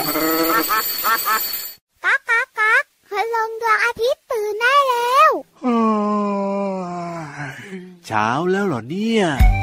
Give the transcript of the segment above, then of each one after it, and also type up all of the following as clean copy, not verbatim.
ก๊ากก๊ากก๊ากคืนลงดวงอาทิตย์ตื่นได้แล้วเช้าแล้วเหรอเนี่ย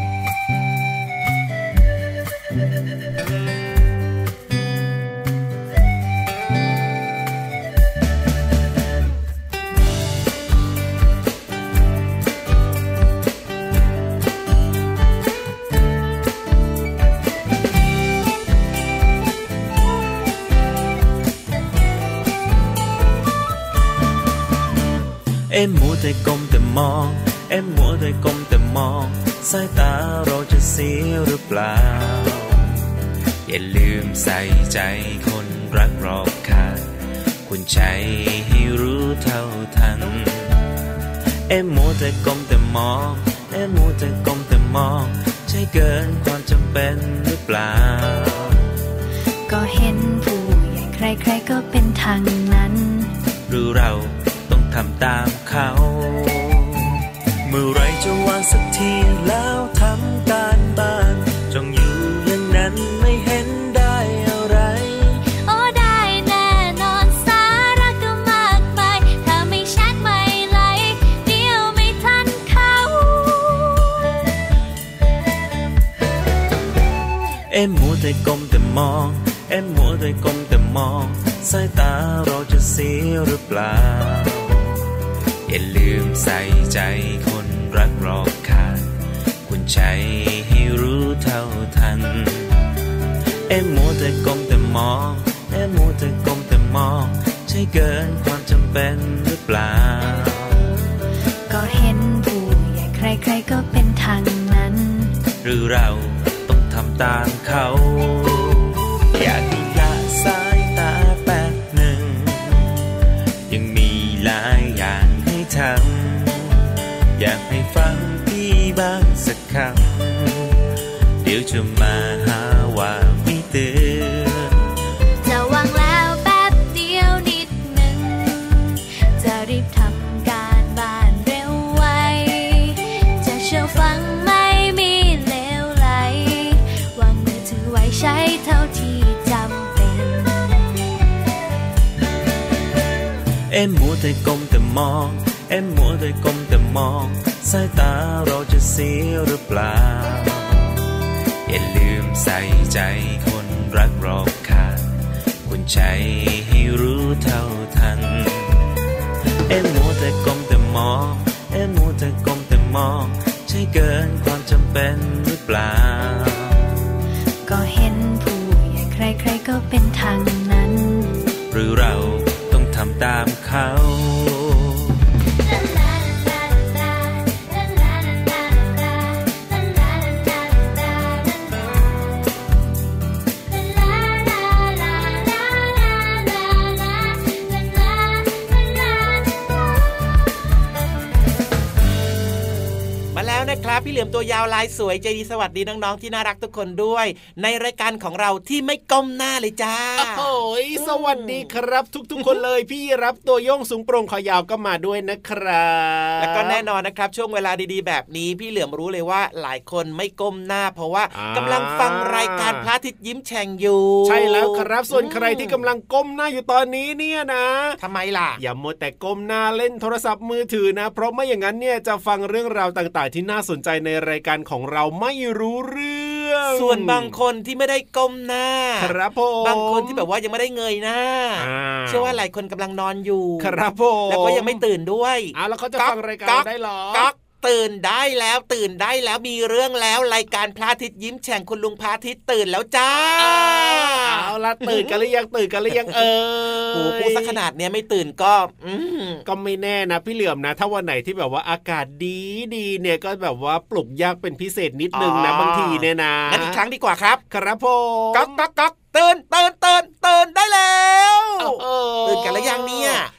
มัวแต่ก้มแต่มองมัวแต่ก้มแต่มองสายตาเราจะเสียหรือเปล่าอย่าลืมใส่ใจคนรักรอบข้างคุณใจให้รู้เท่าทันมัวแต่ก้มแต่มองมัวแต่ก้มแต่มองใช่เกินความจำเป็นหรือเปล่าก็เห็นผู้ใหญ่ใครๆก็เป็นทางนั้นหรือเราทำตามเขาเมื่อไรจะวางสักทีแล้วทำการบ้านจ้องอยู่อย่างนั้นไม่เห็นได้อะไรโอ้ได้แน่นอนสาระก็มากมายถ้าไม่แชทไม่ไลค์เดี๋ยวไม่ทันเขามัวแต่ก้มแต่มองมัวแต่ก้มแต่มองสายตาเราจะเสียหรือเปล่าอย่าลืมใส่ใจคนรักรอบข้างคุณใจให้รู้เท่าทันมัวแต่ก้มแต่มองมัวแต่ก้มแต่มองใช่เกินความจำเป็นหรือเปล่าก็เห็นผู้ใหญ่ใครๆก็เป็นทางนั้นหรือเราต้องทำตามเขาอย่าดูละสายตาแป๊บหนึ่งยังมีหลายอย่างอยากให้ฟังพี่บ้างสักคำเดี๋ยวจะมาหาว่าไม่เตือนจะวางแล้วแป๊บเดียวนิดหนึ่งจะรีบทำการบ้านเร็วไวจะเชื่อฟังไม่มีเลวไหลวางมือถือไว้ใช้เท่าที่จำเป็นมัวแต่ก้มแต่มองมัวแต่ก้มแต่มองสายตาเราจะเสียหรือเปล่าอย่าลืมใส่ใจคนรักรอบข้างคุณใจให้รู้เท่าทันมัวแต่ก้มแต่มองมัวแต่ก้มแต่มองใช่เกินความจำเป็นหรือเปล่าก็เห็นผู้ใหญ่ใครๆก็เป็นทางนั้นหรือเราต้องทำตามเขาครับพี่เหลี่ยมตัวยาวลายสวยใจดีสวัสดีน้องๆที่น่ารักทุกคนด้วยในรายการของเราที่ไม่ก้มหน้าเลยจ้าโอ้ยสวัสดีครับทุกๆคนเลยพี่รับตัวโยงสูงโปร่งคอยาวก็มาด้วยนะครับแล้วก็แน่นอนนะครับช่วงเวลาดีๆแบบนี้พี่เหลี่ยมรู้เลยว่าหลายคนไม่ก้มหน้าเพราะว่ากำลังฟังรายการพระอาทิตย์ยิ้มแฉ่งอยู่ใช่แล้วครับส่วนใครที่กำลังก้มหน้าอยู่ตอนนี้เนี่ยนะทำไมล่ะอย่ามัวแต่ก้มหน้าเล่นโทรศัพท์มือถือนะเพราะไม่อย่างนั้นเนี่ยจะฟังเรื่องราวต่างๆที่น่าสนใจในรายการของเราไม่รู้เรื่องส่วนบางคนที่ไม่ได้ก้มหน้าครับผมบางคนที่แบบว่ายังไม่ได้เงยหน้าเชื่อว่าหลายคนกำลังนอนอยู่ครับผมแล้วก็ยังไม่ตื่นด้วยแล้วเขาจะฟังรายการได้หรอตื่นได้แล้วมีเรื่องแล้วรายการพระอาทิตย์ยิ้มแฉ่งคุณลุงพระอาทิตย์ตื่นแล้วจ้าเอาละตื่นกันหรือยังโอ้พูดซะขนาดเนี้ยไม่ตื่นก็ไม่แน่นะพี่เหลือมนะถ้าวันไหนที่แบบว่าอากาศดีเนี่ยก็แบบว่าปลุกยากเป็นพิเศษนิดนึงนะบางทีเนี่ยนะงั้นอีกครั้งดีกว่าครับครับผมก๊อกตื่นได้แล้วตื่นกันแล้วยังเนี่ย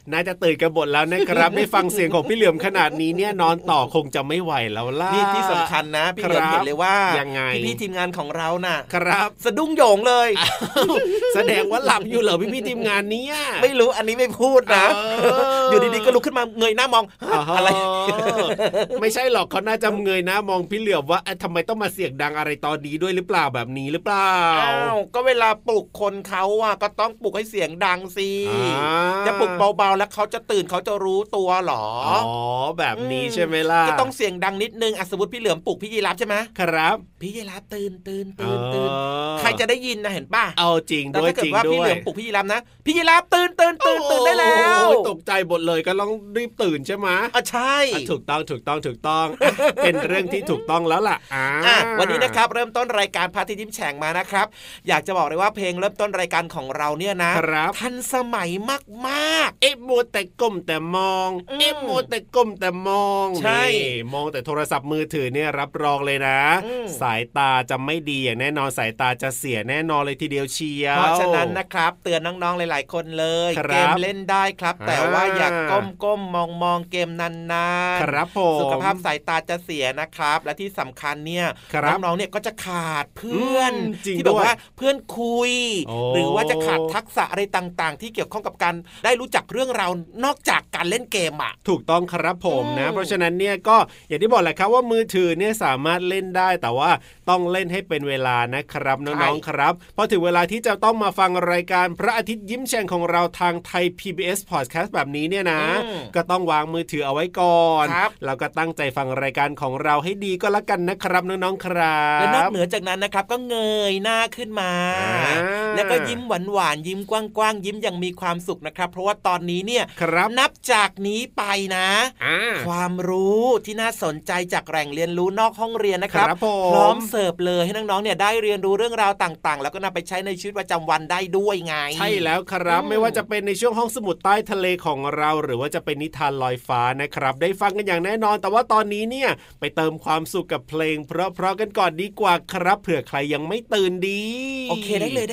น่าจะตื่นกันหมดแล้วนะครับ ได้ฟังเสียงของพี่เหลือมขนาดนี้เนี่ยนอนต่อคงจะไม่ไหวแล้วล่ะนี่ที่สำคัญนะพี่เหลือมเห็นเลยว่าพี่ทีมงานของเราน่ะครับสะดุ้งโยงเลยแสดงว่าหลับอยู่เหรอพี่ทีมงานนี้ไม่รู้อันนี้ไม่พูดนะอยู่ดีๆก็ลุกขึ้นมาเงยหน้ามองอะไรไม่ใช่หรอกเขาน่าจะเงยหน้ามองพี่เหลือมว่าทำไมต้องมาเสียงดังอะไรตอนนี้ด้วยหรือเปล่าแบบนี้หรือเปล่าก็เวลาปลุกคนเขาก็ต้องปลุกให้เสียงดังสิจะปลุกเบาๆแล้วเขาจะตื่นเขาจะรู้ตัวหรอแบบนี้ใช่ไหมล่ะก็ต้องเสียงดังนิดนึงสมมติพี่เหลือมปลุกพี่ยีราฟใช่ไหมครับพี่ยีราฟตื่นใครจะได้ยินนะเห็นป่ะเอาจริงด้วยจริงด้วยถ้าเกิดว่าพี่เหลือมปลุกพี่ยีราฟนะพี่ยีราฟตื่นได้แล้วตกใจหมดเลยก็ต้องรีบตื่นใช่ไหมใช่ถูกต้องเป็นเรื่องที่ถูกต้องแล้วล่ะวันนี้นะครับเริ่มต้นรายการพระอาทิตย์ยิ้มแฉ่งมานะครับอยากจะบอกเลยว่าเพลงเริ่มต้นรายการของเราเนี่ยนะทันสมัยมากๆมัวแต่ก้มแต่มองมัวแต่ก้มแต่มองใช่มองแต่โทรศัพท์มือถือเนี่ยรับรองเลยนะสายตาจะไม่ดีอย่างแน่นอนสายตาจะเสียแน่นอนเลยทีเดียวเชียวเพราะฉะนั้นนะครับเตือนน้องๆหลายๆคนเลยเกมเล่นได้ครับแต่ว่าอย่าก้มมองเกมนานๆครับผมสุขภาพสายตาจะเสียนะครับและที่สำคัญเนี่ยน้องๆเนี่ยก็จะขาดเพื่อนที่แบบว่าเพื่อนคุยหรือว่าจะขาดทักษะอะไรต่างๆที่เกี่ยวข้องกับการได้รู้จักเรื่องราวนอกจากการเล่นเกมถูกต้องครับผมนะเพราะฉะนั้นเนี่ยก็อย่างที่บอกแหละครับว่ามือถือเนี่ยสามารถเล่นได้แต่ว่าต้องเล่นให้เป็นเวลานะครับน้องๆครับพอถึงเวลาที่จะต้องมาฟังรายการพระอาทิตย์ยิ้มแฉ่งของเราทางไทย PBS Podcast แบบนี้เนี่ยนะก็ต้องวางมือถือเอาไว้ก่อนแล้วก็ตั้งใจฟังรายการของเราให้ดีก็แล้วกันนะครับน้องๆครับและนอกเหนือจากนั้นนะครับก็เงยหน้าขึ้นมาแล้วก็ยิ้มหวานๆยิ้มกว้างๆยิ้มอย่างมีความสุขนะครับเพราะว่าตอนนี้เนี่ยนับจากนี้ไปนะความรู้ที่น่าสนใจจากแหล่งเรียนรู้นอกห้องเรียนนะครับพร้อมเสิร์ฟเลยให้น้องๆเนี่ยได้เรียนรู้เรื่องราวต่างๆแล้วก็นำไปใช้ในชีวิตประจำวันได้ด้วยไงใช่แล้วครับไม่ว่าจะเป็นในช่วงห้องสมุดใต้ทะเลของเราหรือว่าจะเป็นนิทานลอยฟ้านะครับได้ฟังกันอย่างแน่นอนแต่ว่าตอนนี้เนี่ยไปเติมความสุขกับเพลงเพราะๆกันก่อนดีกว่าครับเผื่อใครยังไม่ตื่นดีโอเคได้เลย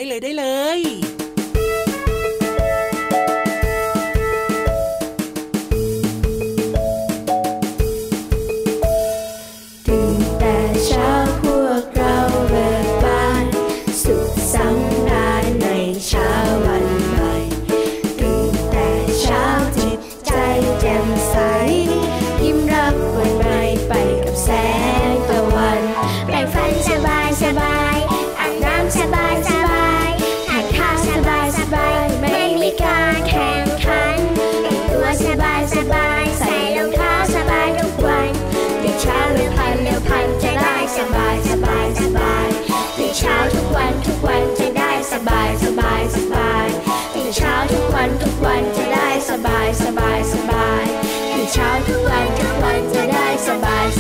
ตื่นแต่เช้าพวกเราเบิกบานสุขสันต์นานในเช้าวันใหม่ตื่นแต่เช้าจิตใจแจ่มใสยิ้มรับวันใหม่ไปกับแสงตะวันแปรงฟันสบายอาบน้ำสบายทานข้าวสบายไม่มีการแข่งขันแต่งตัวสบายใส่รองเท้าสบายทุกวันตื่นเช้าเร็วพันจะได้สบายตื่นเช้าทุกวันจะได้สบายตื่นเช้าทุกวันจะได้สบายตื่นเช้าทุกวันจะได้สบาย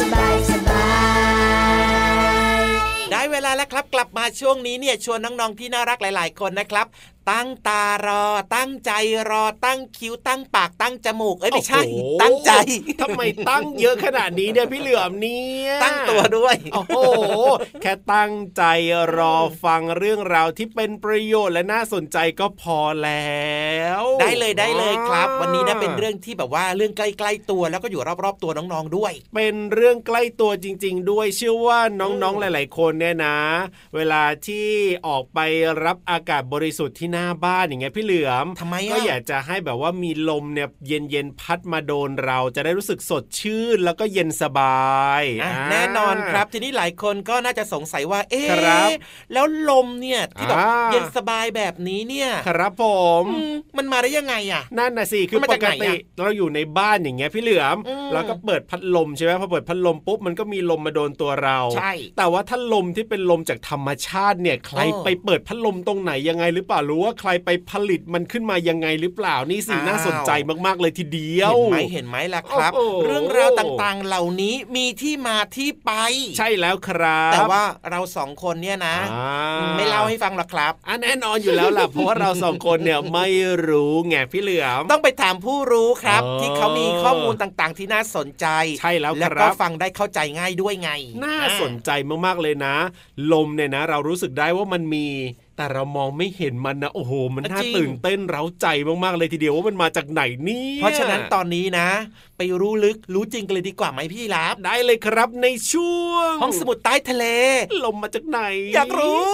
ได้เวลาแล้วครับกลับมาช่วงนี้เนี่ยชวนน้องๆที่น่ารักหลายๆคนนะครับตั้งตารอตั้งใจรอตั้งคิ้วตั้งปากตั้งจมูกไม่ใช่ตั้งใจทำไมตั้งเยอะขนาดนี้เนี่ยพี่เหลือมเนี่ยตั้งตัวด้วยโอ้โหแค่ตั้งใจรอฟังเรื่องราวที่เป็นประโยชน์และน่าสนใจก็พอแล้วได้เลยครับวันนี้นะเป็นเรื่องที่แบบว่าเรื่องใกล้ๆตัวแล้วก็อยู่รอบๆตัวน้องๆด้วยเป็นเรื่องใกล้ตัวจริงๆด้วยเชื่อว่าน้องๆหลายๆคนเนี่ยนะเวลาที่ออกไปรับอากาศบริสุทธิ์ที่หน้าบ้านอย่างเงี้ยพี่เหลือมทำไมก็อยากจะให้แบบว่ามีลมเนี่ยเย็นพัดมาโดนเราจะได้รู้สึกสดชื่นแล้วก็เย็นสบายแน่นอนครับทีนี้หลายคนก็น่าจะสงสัยว่าแล้วลมเนี่ยที่แบบเย็นสบายแบบนี้เนี่ยครับผมมันมาได้ยังไงนั่นน่ะสิคือปกติเราอยู่ในบ้านอย่างเงี้ยพี่เหลือมแล้วก็เปิดพัดลมใช่ไหมพอเปิดพัดลมปุ๊บมันก็มีลมมาโดนตัวเราใช่แต่ว่าถ้าลมที่เป็นลมจากธรรมชาติเนี่ยใครไปเปิดพัดลมตรงไหนยังไงหรือเปล่ารู้ว่าใครไปผลิตมันขึ้นมายังไงหรือเปล่านี่สิน่าสนใจมากๆเลยทีเดียวเห็นไหมล่ะครับเรื่องราวต่างๆเหล่านี้มีที่มาที่ไปใช่แล้วครับแต่ว่าเราสองคนเนี่ยนะไม่เล่าให้ฟังหรอกครับแน่นอนอยู่แล้วล่ะเพราะว่าเราสองคนเนี่ยไม่รู้ไงพี่เหลือมต้องไปถามผู้รู้ครับที่เขามีข้อมูลต่างๆที่น่าสนใจใช่แล้วแล้วก็ฟังได้เข้าใจง่ายด้วยไงน่าสนใจมากๆเลยนะลมเนี่ยนะเรารู้สึกได้ว่ามันมีแต่เรามองไม่เห็นมันนะโอ้โหมันน่าตื่นเต้นเร้าใจมากๆเลยทีเดียวว่ามันมาจากไหนนี่เพราะฉะนั้นตอนนี้นะไปรู้ลึกรู้จริงกันเลยดีกว่าไหมพี่รับได้เลยครับในช่วงห้องสมุดใต้ทะเลลมมาจากไหนอยากรู้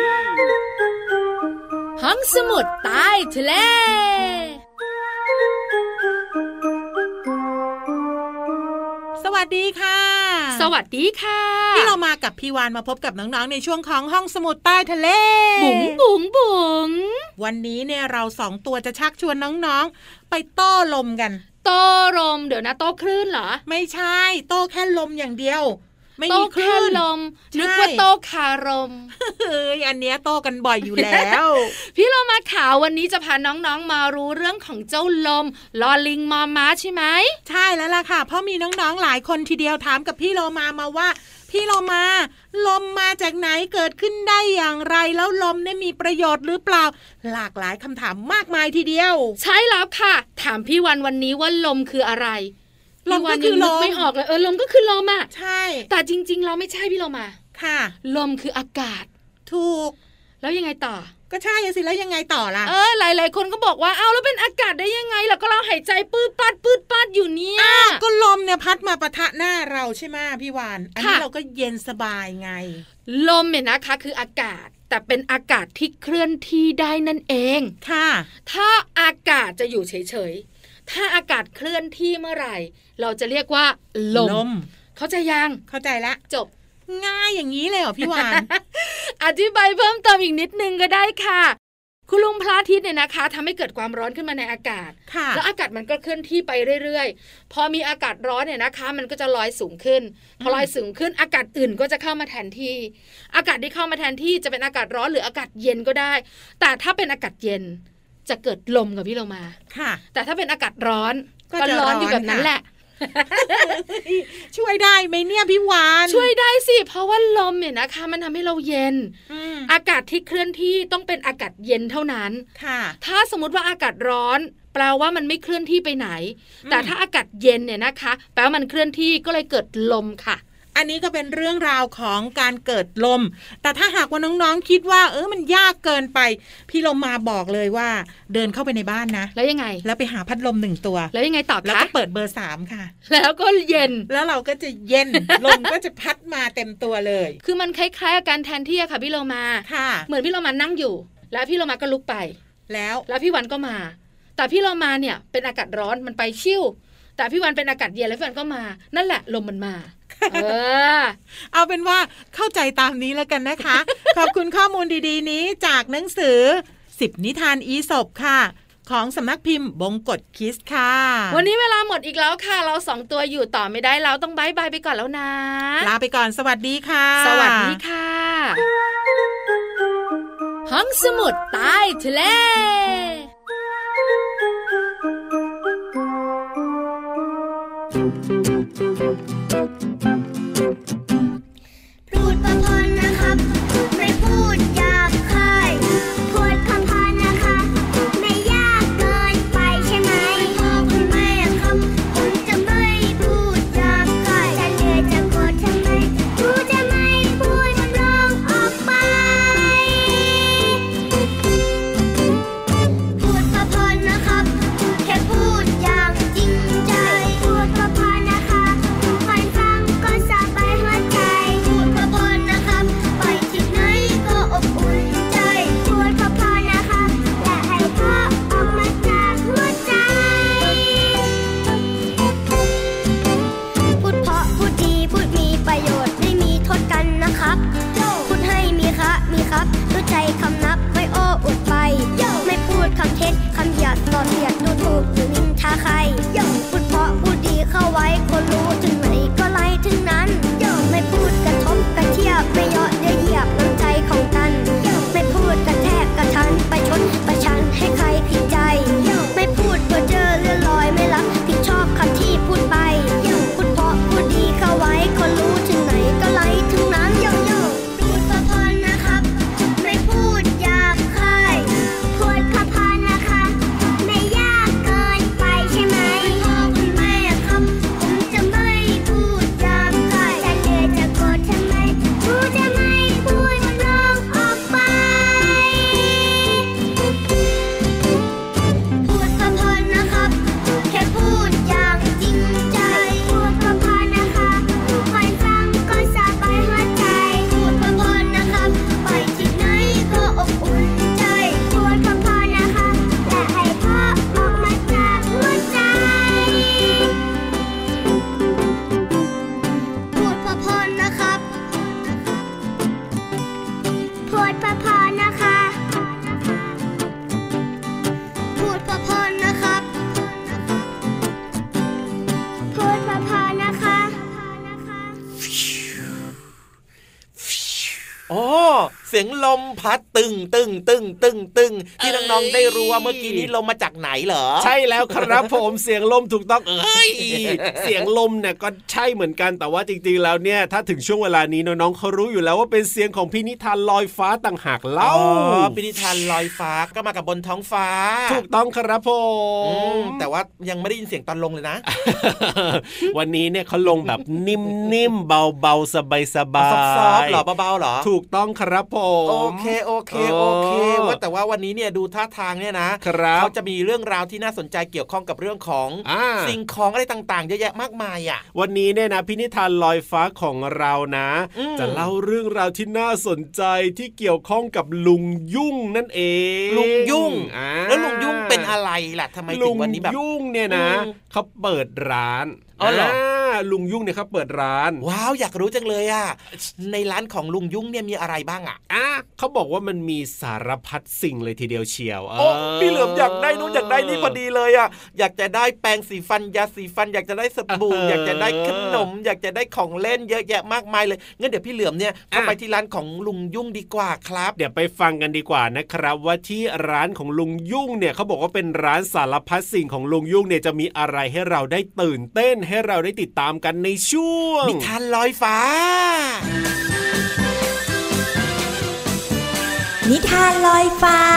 ห้องสมุดใต้ทะเลสวัสดีค่ะสวัสดีค่ะที่เรามากับพี่วานมาพบกับน้องๆในช่วงของห้องสมุดใต้ทะเลบุ๋งบุ๋งบุ๋งวันนี้เนี่ยเรา2ตัวจะชักชวนน้องๆไปโต้ลมกันโต้ลมเดี๋ยวนะโต้คลื่นเหรอไม่ใช่โต้แค่ลมอย่างเดียวไม่มีคลื่นลมนึกว่าโต้คารมเฮ้ยอันเนี้ยโต้กันบ่อยอยู่แล้วพี่เรามาข่าววันนี้จะพาน้องๆมารู้เรื่องของเจ้าลมลอลิงมอม้าใช่ไหมใช่แล้วล่ะค่ะเพราะมีน้องๆหลายคนทีเดียวถามกับพี่โลมาว่าพี่โลมาลมมาจากไหนเกิดขึ้นได้อย่างไรแล้วลมได้มีประโยชน์หรือเปล่าหลากหลายคำถามมากมายทีเดียวใช่แล้วค่ะถามพี่วันนี้ว่าลมคืออะไรลมก็คือลมไม่ออกเลยลมก็คือลมอ่ะใช่แต่จริงๆเราไม่ใช่พี่โลมาค่ะลมคืออากาศถูกแล้วยังไงต่อก็ใช่สิแล้วยังไงต่อล่ะหลายๆคนก็บอกว่าแล้วเป็นอากาศได้ยังไงล่ะก็เราหายใจปื้ดปัดอยู่เนี่ยก็ลมเนี่ยพัดมาปะทะหน้าเราใช่ไหมพี่วานอันนี้เราก็เย็นสบายไงลมเนี่ยนะคะคืออากาศแต่เป็นอากาศที่เคลื่อนที่ได้นั่นเองค่ะถ้าอากาศจะอยู่เฉยๆถ้าอากาศเคลื่อนที่เมื่อไหร่เราจะเรียกว่าลมเข้าใจยังเข้าใจละจบง่ายอย่างนี้เลยเหรอพี่วานอธิบายเพิ่มเติมอีกนิดนึงก็ได้ค่ะคุณลุงพระอาทิตย์เนี่ยนะคะทำให้เกิดความร้อนขึ้นมาในอากาศแล้วอากาศมันก็เคลื่อนที่ไปเรื่อยๆพอมีอากาศร้อนเนี่ยนะคะมันก็จะลอยสูงขึ้นพอลอยสูงขึ้นอากาศอื่นก็จะเข้ามาแทนที่อากาศที่เข้ามาแทนที่จะเป็นอากาศร้อนหรืออากาศเย็นก็ได้แต่ถ้าเป็นอากาศเย็นจะเกิดลมกับพี่เรามาค่ะแต่ถ้าเป็นอากาศร้อนก็ร้อนอยู่แบบนั้นแหละช่วยได้ไหมเนี่ยพี่วานช่วยได้สิเพราะว่าลมเนี่ยนะคะมันทำให้เราเย็นอากาศที่เคลื่อนที่ต้องเป็นอากาศเย็นเท่านั้นค่ะถ้าสมมติว่าอากาศร้อนแปลว่ามันไม่เคลื่อนที่ไปไหนแต่ถ้าอากาศเย็นเนี่ยนะคะแปลว่ามันเคลื่อนที่ก็เลยเกิดลมค่ะอันนี้ก็เป็นเรื่องราวของการเกิดลมแต่ถ้าหากว่าน้องๆคิดว่ามันยากเกินไปพี่ลมมาบอกเลยว่าเดินเข้าไปในบ้านนะแล้วยังไงแล้วไปหาพัดลม1ตัวแล้วยังไงต่อคะแล้วก็เปิดเบอร์3ค่ะแล้วก็เย็นแล้วเราก็จะเย็น ลมก็จะพัดมาเต็มตัวเลยคือมันคล้ายๆอาการแทนที่ค่ะพี่ลมมาค่ะเหมือนพี่ลมมานั่งอยู่แล้วพี่ลมมาก็ลุกไปแล้วพี่วันก็มาแต่พี่ลมมาเนี่ยเป็นอากาศร้อนมันไปชิ่วแต่พี่วันเป็นอากาศเย็นแล้วพี่วันก็มานั่นแหละลมมันมาเอาเป็นว่าเข้าใจตามนี้แล้วกันนะคะ ขอบคุณข้อมูลดีๆนี้จากหนังสือ10นิทานอีสปค่ะของสำนักพิมพ์บงกฎคิสค่ะวันนี้เวลาหมดอีกแล้วค่ะเรา2ตัวอยู่ต่อไม่ได้แล้วต้องบ๊ายบายไปก่อนแล้วนะลาไปก่อนสวัสดีค่ะสวัสดีค่ะห้องสมุดใต้ทะเลพูดพอๆนะครับไม่พูดหยาบคายพูดพอๆนะคะไม่ยากเกินไปใช่ไหมพ่อคุณแม่ครับคุณจะไม่พูดหยาบคายจะเหนื่อยจะโกรธทำไมคุณจะไม่พูดร้องออกไปสียงลมพัดตึงที่น้องๆได้รู้ว่าเมื่อกี้นี้ลมมาจากไหนเหรอใช่แล้วครับผมเสียงลมถูกต้องเสียงลมเนี่ยก็ใช่เหมือนกันแต่ว่าจริงๆแล้วเนี่ยถ้าถึงช่วงเวลานี้น้องๆเขารู้อยู่แล้วว่าเป็นเสียงของพี่นิทานลอยฟ้าต่างหากเล่าพี่นิทานลอยฟ้าก็มากับบนท้องฟ้าถูกต้องครับผมแต่ว่ายังไม่ได้ยินเสียงตอนลงเลยนะวันนี้เนี่ยเขาลงแบบนิ่มๆเบาๆสบายๆซอฟๆหรอเบาๆหรอถูกต้องครับผมโอเคว่าแต่ว่าวันนี้เนี่ยดูท่าทางเนี่ยนะเขาจะมีเรื่องราวที่น่าสนใจเกี่ยวข้องกับเรื่องของสิ่งของอะไรต่างๆเยอะแยะมากมายอ่ะวันนี้เนี่ยนะพี่นิทานลอยฟ้าของเรานะจะเล่าเรื่องราวที่น่าสนใจที่เกี่ยวข้องกับลุงยุ่งนั่นเองลุงยุ่งแล้วลุงยุ่งเป็นอะไรล่ะทำไมถึงวันนี้แบบลุงยุ่งเนี่ยนะเขาเปิดร้านลุงยุ่งเนี่ยเขาเปิดร้านว้าวอยากรู้จังเลยอ่ะในร้านของลุงยุ่งเนี่ยมีอะไรบ้างอ่ะเขาบอกว่ามันมีสารพัดสิ่งเลยทีเดียวเชียวพี่เหลือมอยากได้นู้นอยากได้นี่พอดีเลยอ่ะอยากจะได้แปรงสีฟันยาสีฟันอยากจะได้สบู่อยากจะได้ขนมอยากจะได้ของเล่นเยอะแยะมากมายเลยงั้นเดี๋ยวพี่เหลือมเนี่ยเข้าไปที่ร้านของลุงยุ่งดีกว่าครับเดี๋ยวไปฟังกันดีกว่านะครับว่าที่ร้านของลุงยุ่งเนี่ยเขาบอกว่าเป็นร้านสารพัดสิ่งของลุงยุ่งเนี่ยจะมีอะไรให้เราได้ตื่นเต้นให้เราได้ติดตามกันในช่วงนิทานลอยฟ้านิทานลอยฟ้า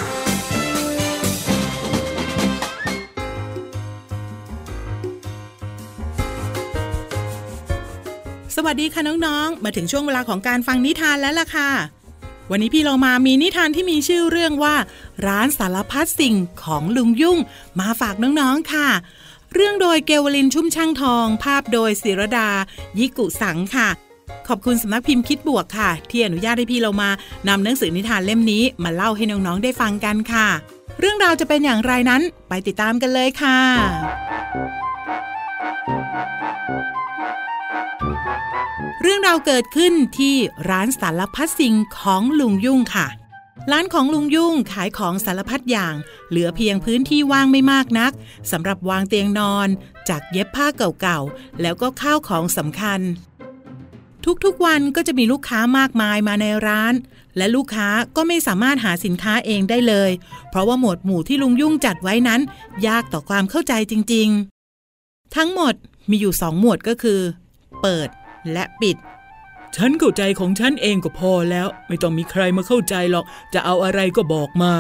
สวัสดีค่ะน้องๆมาถึงช่วงเวลาของการฟังนิทานแล้วล่ะค่ะวันนี้พี่เรามามีนิทานที่มีชื่อเรื่องว่าร้านสารพัดสิ่งของลุงยุ่งมาฝากน้องๆค่ะเรื่องโดยเกวลินชุ่มช่างทองภาพโดยศิรดายิกุสังค่ะขอบคุณสำนักพิมพ์คิดบวกค่ะที่อนุญาตให้พี่เรามานำหนังสือนิทานเล่มนี้มาเล่าให้น้องๆได้ฟังกันค่ะเรื่องราวจะเป็นอย่างไรนั้นไปติดตามกันเลยค่ะเรื่องราวเกิดขึ้นที่ร้านสารพัดสิ่งของลุงยุ่งค่ะร้านของลุงยุ่งขายของสารพัดอย่างเหลือเพียงพื้นที่ว่างไม่มากนักสำหรับวางเตียงนอนจากเย็บผ้าเก่าๆแล้วก็ข้าวของสำคัญทุกๆวันก็จะมีลูกค้ามากมายมาในร้านและลูกค้าก็ไม่สามารถหาสินค้าเองได้เลยเพราะว่าหมวดหมู่ที่ลุงยุ่งจัดไว้นั้นยากต่อความเข้าใจจริงๆทั้งหมดมีอยู่2หมวดก็คือเปิดและปิดฉันเข้าใจของฉันเองก็พอแล้วไม่ต้องมีใครมาเข้าใจหรอกจะเอาอะไรก็บอกมา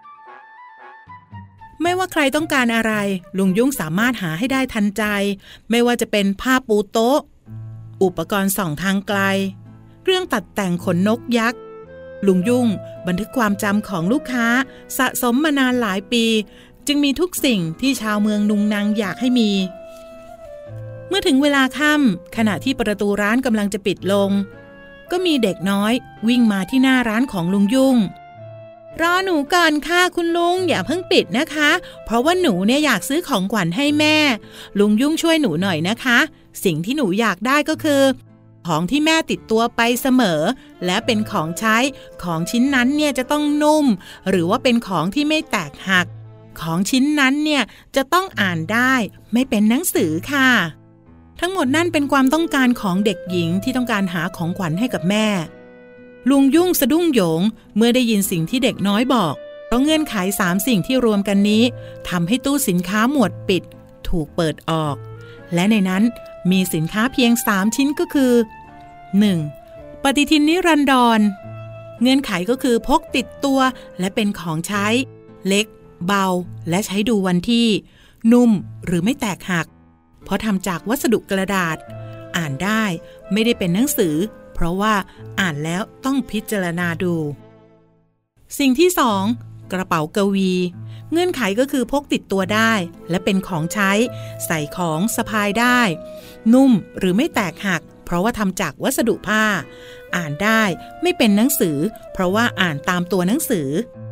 ไม่ว่าใครต้องการอะไรลุงยุ่งสามารถหาให้ได้ทันใจไม่ว่าจะเป็นผ้าปูโต๊ะอุปกรณ์ส่องทางไกลเครื่องตัดแต่งขนนกยักษ์ลุงยุ่งบันทึกความจำของลูกค้าสะสมมานานหลายปีจึงมีทุกสิ่งที่ชาวเมืองนุงนางอยากให้มีเมื่อถึงเวลาค่ำขณะที่ประตูร้านกำลังจะปิดลงก็มีเด็กน้อยวิ่งมาที่หน้าร้านของลุงยุ่งรอหนูก่อนค่ะคุณลุงอย่าเพิ่งปิดนะคะเพราะว่าหนูเนี่ยอยากซื้อของขวัญให้แม่ลุงยุ่งช่วยหนูหน่อยนะคะสิ่งที่หนูอยากได้ก็คือของที่แม่ติดตัวไปเสมอและเป็นของใช้ของชิ้นนั้นเนี่ยจะต้องนุ่มหรือว่าเป็นของที่ไม่แตกหักของชิ้นนั้นเนี่ยจะต้องอ่านได้ไม่เป็นหนังสือค่ะทั้งหมดนั่นเป็นความต้องการของเด็กหญิงที่ต้องการหาของขวัญให้กับแม่ลุงยุ่งสะดุ้งโหยงเมื่อได้ยินสิ่งที่เด็กน้อยบอกเพราะเงื่อนไข3สิ่งที่รวมกันนี้ทำให้ตู้สินค้าหมวดปิดถูกเปิดออกและในนั้นมีสินค้าเพียง3ชิ้นก็คือ 1. ปฏิทินนิรันดรเงื่อนไขก็คือพกติดตัวและเป็นของใช้เล็กเบาและใช้ดูวันที่นุ่มหรือไม่แตกหักเพราะทำจากวัสดุกระดาษอ่านได้ไม่ได้เป็นหนังสือเพราะว่าอ่านแล้วต้องพิจารณาดูสิ่งที่ 2. กระเป๋ากวีเงื่อนไขก็คือพกติดตัวได้และเป็นของใช้ใส่ของสะพายได้นุ่มหรือไม่แตกหักเพราะว่าทำจากวัสดุผ้าอ่านได้ไม่เป็นหนังสือเพราะว่าอ่านตามตัวหนังสือ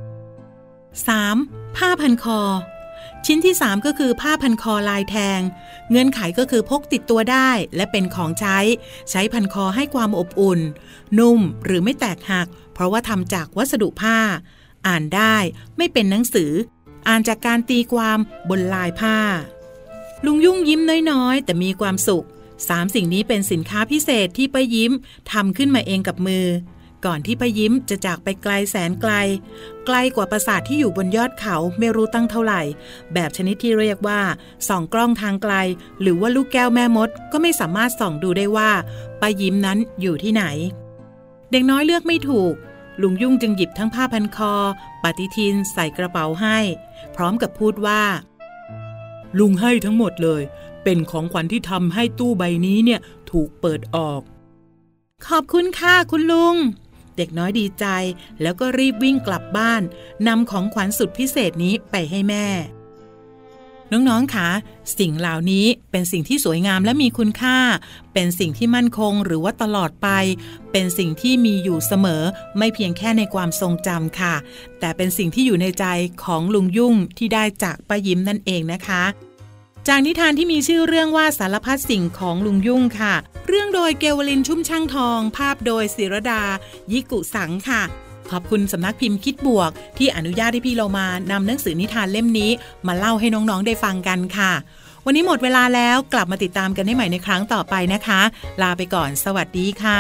3. ผ้าพันคอชิ้นที่3ก็คือผ้าพันคอลายแทงเงื่อนไขก็คือพกติดตัวได้และเป็นของใช้พันคอให้ความอบอุ่นนุ่มหรือไม่แตกหักเพราะว่าทำจากวัสดุผ้าอ่านได้ไม่เป็นหนังสืออ่านจากการตีความบนลายผ้าลุงยุ่งยิ้มน้อยๆแต่มีความสุข3สิ่งนี้เป็นสินค้าพิเศษที่ป้ายิ้มทำขึ้นมาเองกับมือก่อนที่ป้ายิ้มจะจากไปไกลแสนไกลไกลกว่าปราสาทที่อยู่บนยอดเขาไม่รู้ตั้งเท่าไหร่แบบชนิดที่เรียกว่าส่องกล้องทางไกลหรือว่าลูกแก้วแม่มดก็ไม่สามารถส่องดูได้ว่าป้ายิ้มนั้นอยู่ที่ไหนเด็กน้อยเลือกไม่ถูกลุงยุ่งจึงหยิบทั้งผ้าพันคอปฏิทินใส่กระเป๋าให้พร้อมกับพูดว่าลุงให้ทั้งหมดเลยเป็นของขวัญที่ทำให้ตู้ใบนี้เนี่ยถูกเปิดออกขอบคุณค่ะคุณลุงเด็กน้อยดีใจแล้วก็รีบวิ่งกลับบ้านนำของขวัญสุดพิเศษนี้ไปให้แม่น้องๆคะสิ่งเหล่านี้เป็นสิ่งที่สวยงามและมีคุณค่าเป็นสิ่งที่มั่นคงหรือว่าตลอดไปเป็นสิ่งที่มีอยู่เสมอไม่เพียงแค่ในความทรงจำค่ะแต่เป็นสิ่งที่อยู่ในใจของลุงยุ่งที่ได้จากป้ายิ้มนั่นเองนะคะจากนิทานที่มีชื่อเรื่องว่าสารพัดสิ่งของลุงยุ่งค่ะเรื่องโดยเกวลินชุ่มช่างทองภาพโดยศิรดายิกุสังค่ะขอบคุณสำนักพิมพ์คิดบวกที่อนุญาตให้พี่เรามานำหนังสือนิทานเล่มนี้มาเล่าให้น้องๆได้ฟังกันค่ะวันนี้หมดเวลาแล้วกลับมาติดตามกันได้ใหม่ในครั้งต่อไปนะคะลาไปก่อนสวัสดีค่ะ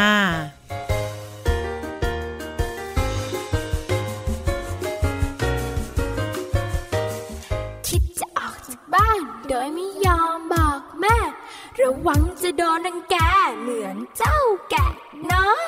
คิดจะออกจากบ้านโดยไม่ยอมบอกแม่ระวังจะโดนรังแกเหมือนเจ้าแกะน้อย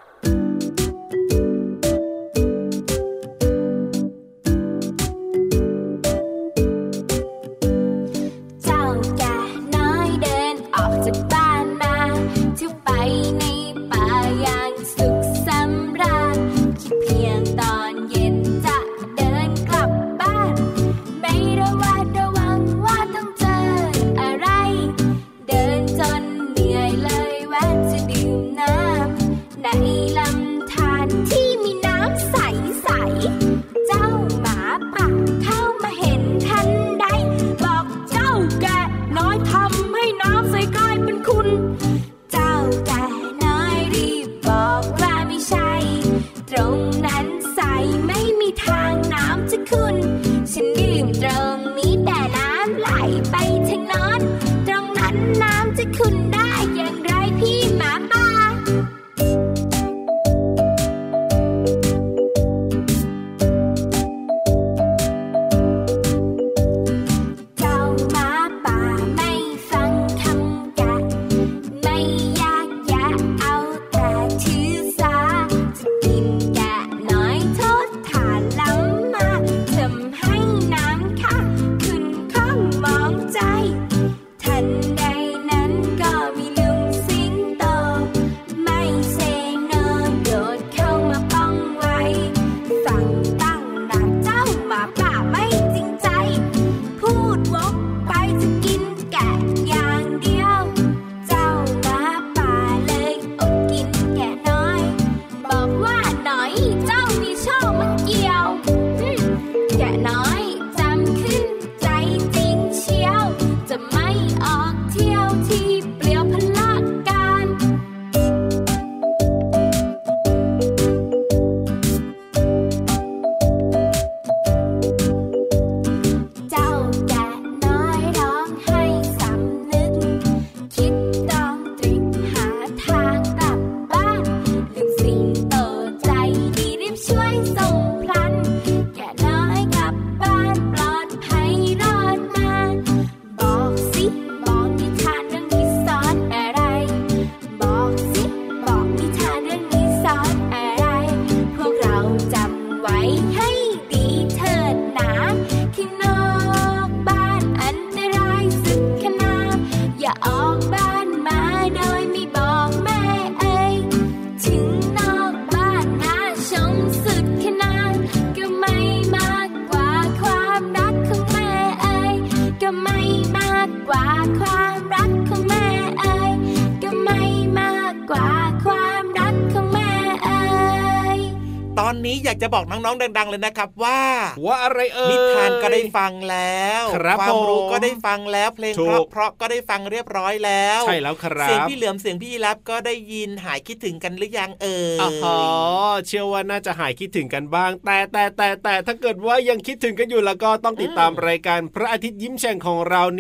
ตอนนี้อยากจะบอกน้องๆดังๆเลยนะครับว่าอะไรนิทานก็ได้ฟังแล้วความรู้ก็ได้ฟังแล้วเพลงเพราะก็ได้ฟังเรียบร้อยแล้วใช่แล้วครับเสียงพี่เหลือมเสียงพี่ยีรับก็ได้ยินหายคิดถึงกันหรือยังอ๋อเชื่อว่าน่าจะหายคิดถึงกันบ้างแต่ถ้าเกิดว่ายังคิดถึงกันอยู่แล้วก็ต้องติดตามรายการพระอาทิตย์ยิ้มแฉ่งของเราเนี่ย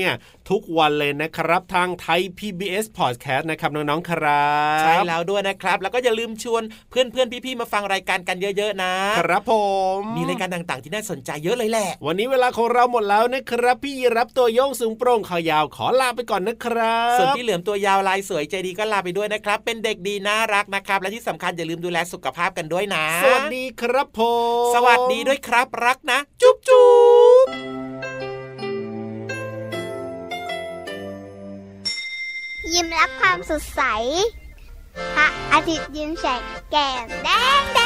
ทุกวันเลยนะครับทางไทย PBS Podcast นะครับน้องๆครับใช่แล้วด้วยนะครับแล้วก็อย่าลืมชวนเพื่อนๆพี่ๆมาฟังรายการกันเยอะๆนะครับผมมีรายการต่างๆที่น่าสนใจเยอะเลยแหละวันนี้เวลาของเราหมดแล้วนะครับพี่รับตัวโยงสูงโปร่งคอยาวขอลาไปก่อนนะครับส่วนพี่เหลือมตัวยาวลายสวยใจดีก็ลาไปด้วยนะครับเป็นเด็กดีน่ารักนะครับและที่สำคัญอย่าลืมดูแลสุขภาพกันด้วยนะสวัสดีครับผมสวัสดีด้วยครับรักนะจุ๊บจุ๊บยิ้มรับความสดใสพระอาทิตย์ยิ้มแฉกแก้มแดง